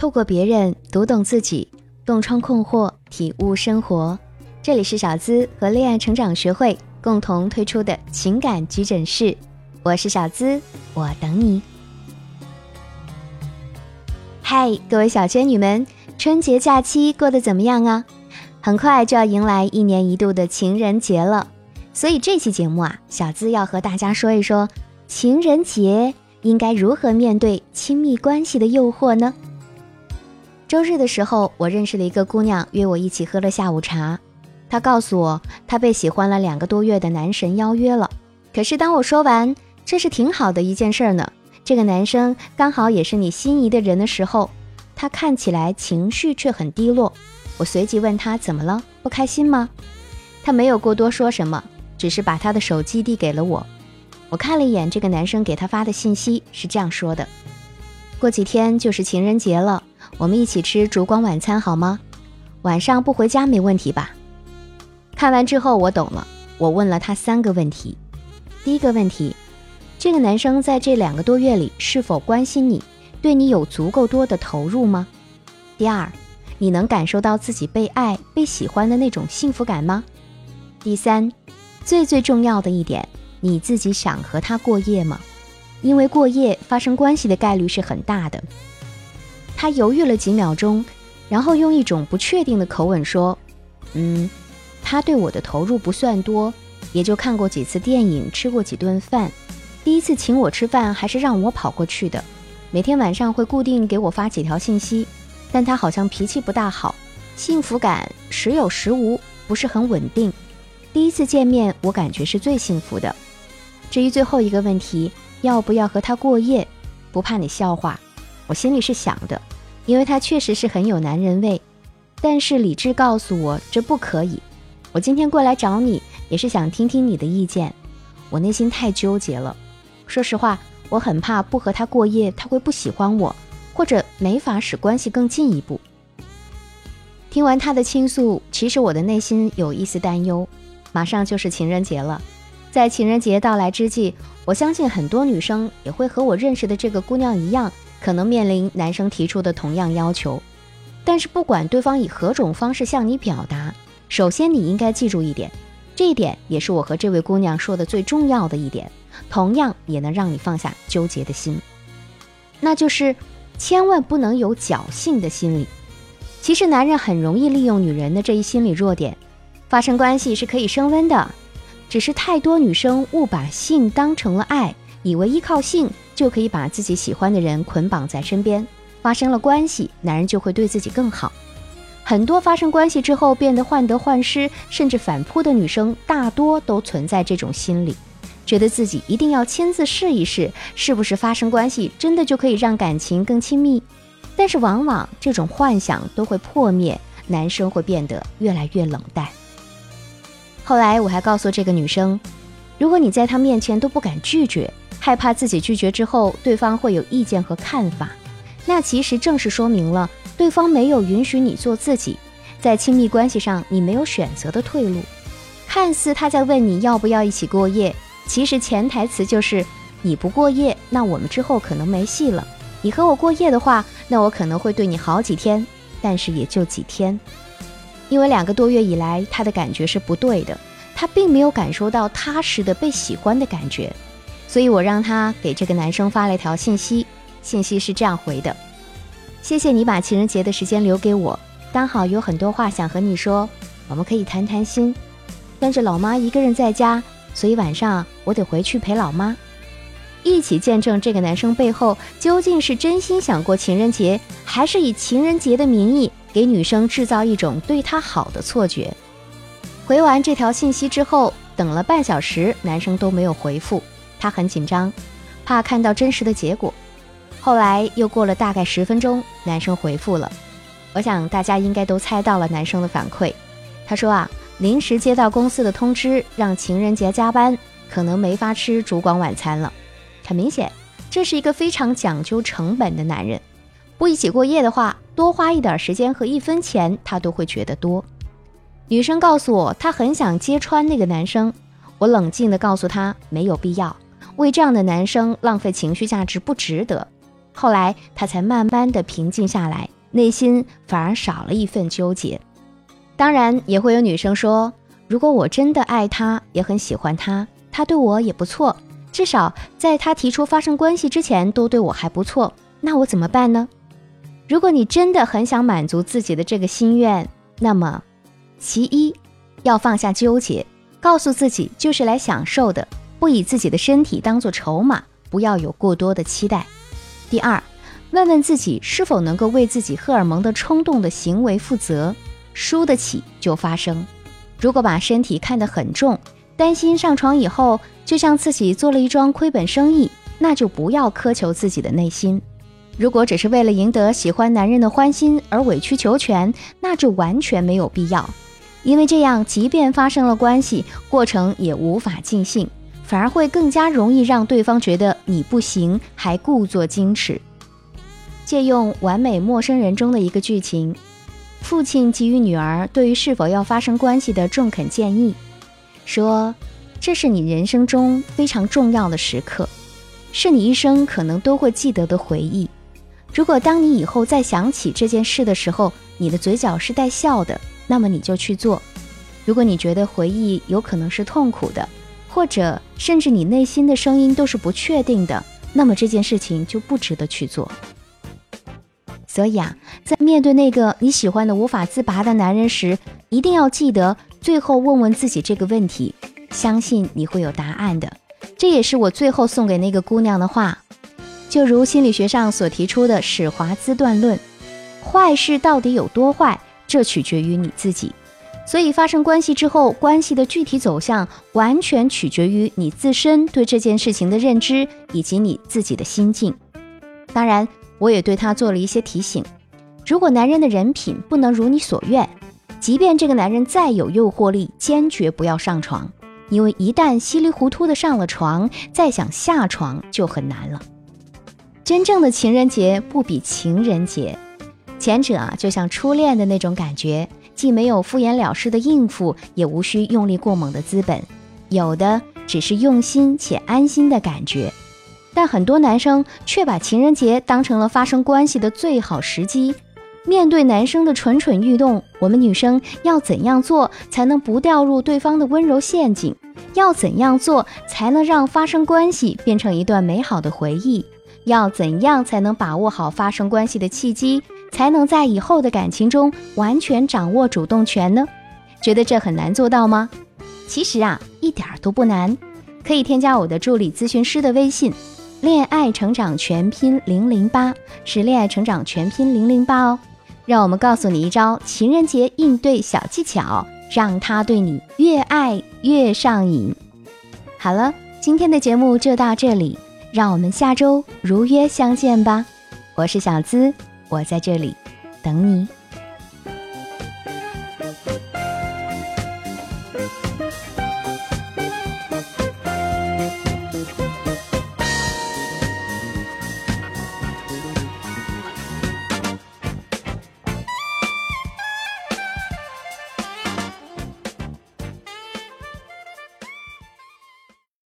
透过别人读懂自己，洞穿困惑，体悟生活。这里是小资和恋爱成长学会共同推出的情感急诊室，我是小资，我等你。嗨，各位小仙女们，春节假期过得怎么样啊？很快就要迎来1年1度的情人节了，所以这期节目小资要和大家说一说情人节应该如何面对亲密关系的诱惑呢？周日的时候，我认识了一个姑娘，约我一起喝了下午茶。她告诉我，她被喜欢了2个多月的男神邀约了。可是当我说完这是挺好的一件事呢，这个男生刚好也是你心仪的人的时候，她看起来情绪却很低落。我随即问她怎么了，不开心吗？她没有过多说什么，只是把她的手机递给了我。我看了一眼这个男生给她发的信息，是这样说的：过几天就是情人节了，我们一起吃烛光晚餐好吗？晚上不回家没问题吧？看完之后我懂了，我问了他3个问题。第一个问题，这个男生在这2个多月里是否关心你，对你有足够多的投入吗？第二，你能感受到自己被爱、被喜欢的那种幸福感吗？第三，最重要的一点，你自己想和他过夜吗？因为过夜发生关系的概率是很大的。他犹豫了几秒钟，然后用一种不确定的口吻说，他对我的投入不算多，也就看过几次电影，吃过几顿饭。第一次请我吃饭还是让我跑过去的，每天晚上会固定给我发几条信息，但他好像脾气不大好，幸福感时有时无，不是很稳定。第一次见面我感觉是最幸福的。至于最后一个问题，要不要和他过夜，不怕你笑话，我心里是想的，因为他确实是很有男人味，但是理智告诉我这不可以。我今天过来找你也是想听听你的意见，我内心太纠结了。说实话，我很怕不和他过夜他会不喜欢我，或者没法使关系更进一步。听完他的倾诉，其实我的内心有一丝担忧。马上就是情人节了，在情人节到来之际，我相信很多女生也会和我认识的这个姑娘一样，可能面临男生提出的同样要求。但是不管对方以何种方式向你表达，首先你应该记住一点，这一点也是我和这位姑娘说的最重要的一点，同样也能让你放下纠结的心，那就是千万不能有侥幸的心理。其实男人很容易利用女人的这一心理弱点，发生关系是可以升温的，只是太多女生误把性当成了爱，以为依靠性就可以把自己喜欢的人捆绑在身边，发生了关系，男人就会对自己更好。很多发生关系之后变得患得患失，甚至反扑的女生，大多都存在这种心理，觉得自己一定要亲自试一试，是不是发生关系真的就可以让感情更亲密。但是往往这种幻想都会破灭，男生会变得越来越冷淡。后来我还告诉这个女生，如果你在她面前都不敢拒绝，害怕自己拒绝之后对方会有意见和看法，那其实正是说明了对方没有允许你做自己，在亲密关系上你没有选择的退路。看似他在问你要不要一起过夜，其实潜台词就是你不过夜，那我们之后可能没戏了，你和我过夜的话，那我可能会对你好几天，但是也就几天。因为2个多月以来他的感觉是不对的，他并没有感受到踏实的被喜欢的感觉，所以我让他给这个男生发了一条信息，信息是这样回的：谢谢你把情人节的时间留给我，刚好有很多话想和你说，我们可以谈谈心，但是老妈一个人在家，所以晚上我得回去陪老妈。一起见证这个男生背后究竟是真心想过情人节，还是以情人节的名义给女生制造一种对她好的错觉。回完这条信息之后，等了半小时，男生都没有回复，他很紧张，怕看到真实的结果。后来又过了大概10分钟，男生回复了。我想大家应该都猜到了男生的反馈，他说临时接到公司的通知，让情人节加班，可能没法吃烛光晚餐了。很明显，这是一个非常讲究成本的男人，不一起过夜的话，多花一点时间和1分钱他都会觉得多。女生告诉我她很想揭穿那个男生，我冷静地告诉她没有必要，为这样的男生浪费情绪价值不值得。 后来他才慢慢的平静下来，内心反而少了一份纠结。当然也会有女生说，如果我真的爱他，也很喜欢他，他对我也不错，至少在他提出发生关系之前都对我还不错，那我怎么办呢？如果你真的很想满足自己的这个心愿，那么其一，要放下纠结，告诉自己就是来享受的，不以自己的身体当作筹码，不要有过多的期待。第二，问问自己是否能够为自己荷尔蒙的冲动的行为负责，输得起就发生。如果把身体看得很重，担心上床以后就像自己做了一桩亏本生意，那就不要苛求自己的内心。如果只是为了赢得喜欢男人的欢心而委曲求全，那就完全没有必要，因为这样即便发生了关系，过程也无法尽兴，反而会更加容易让对方觉得你不行，还故作矜持。借用《完美陌生人》中的一个剧情，父亲给予女儿对于是否要发生关系的中肯建议，说这是你人生中非常重要的时刻，是你一生可能都会记得的回忆。如果当你以后再想起这件事的时候，你的嘴角是带笑的，那么你就去做。如果你觉得回忆有可能是痛苦的，或者甚至你内心的声音都是不确定的，那么这件事情就不值得去做。所以在面对那个你喜欢的无法自拔的男人时，一定要记得最后问问自己这个问题，相信你会有答案的。这也是我最后送给那个姑娘的话，就如心理学上所提出的史华兹断论，坏事到底有多坏，这取决于你自己。所以发生关系之后，关系的具体走向完全取决于你自身对这件事情的认知，以及你自己的心境。当然我也对他做了一些提醒，如果男人的人品不能如你所愿，即便这个男人再有诱惑力，坚决不要上床，因为一旦稀里糊涂的上了床，再想下床就很难了。真正的情人节不比情人节，前者就像初恋的那种感觉，既没有敷衍了事的应付，也无需用力过猛的资本，有的只是用心且安心的感觉。但很多男生却把情人节当成了发生关系的最好时机。面对男生的蠢蠢欲动，我们女生要怎样做才能不掉入对方的温柔陷阱？要怎样做才能让发生关系变成一段美好的回忆？要怎样才能把握好发生关系的契机，才能在以后的感情中完全掌握主动权呢？觉得这很难做到吗？其实一点都不难，可以添加我的助理咨询师的微信，恋爱成长全拼008，是恋爱成长全拼008哦。让我们告诉你一招情人节应对小技巧，让他对你越爱越上瘾。好了，今天的节目就到这里，让我们下周如约相见吧。我是小资，我在这里等你。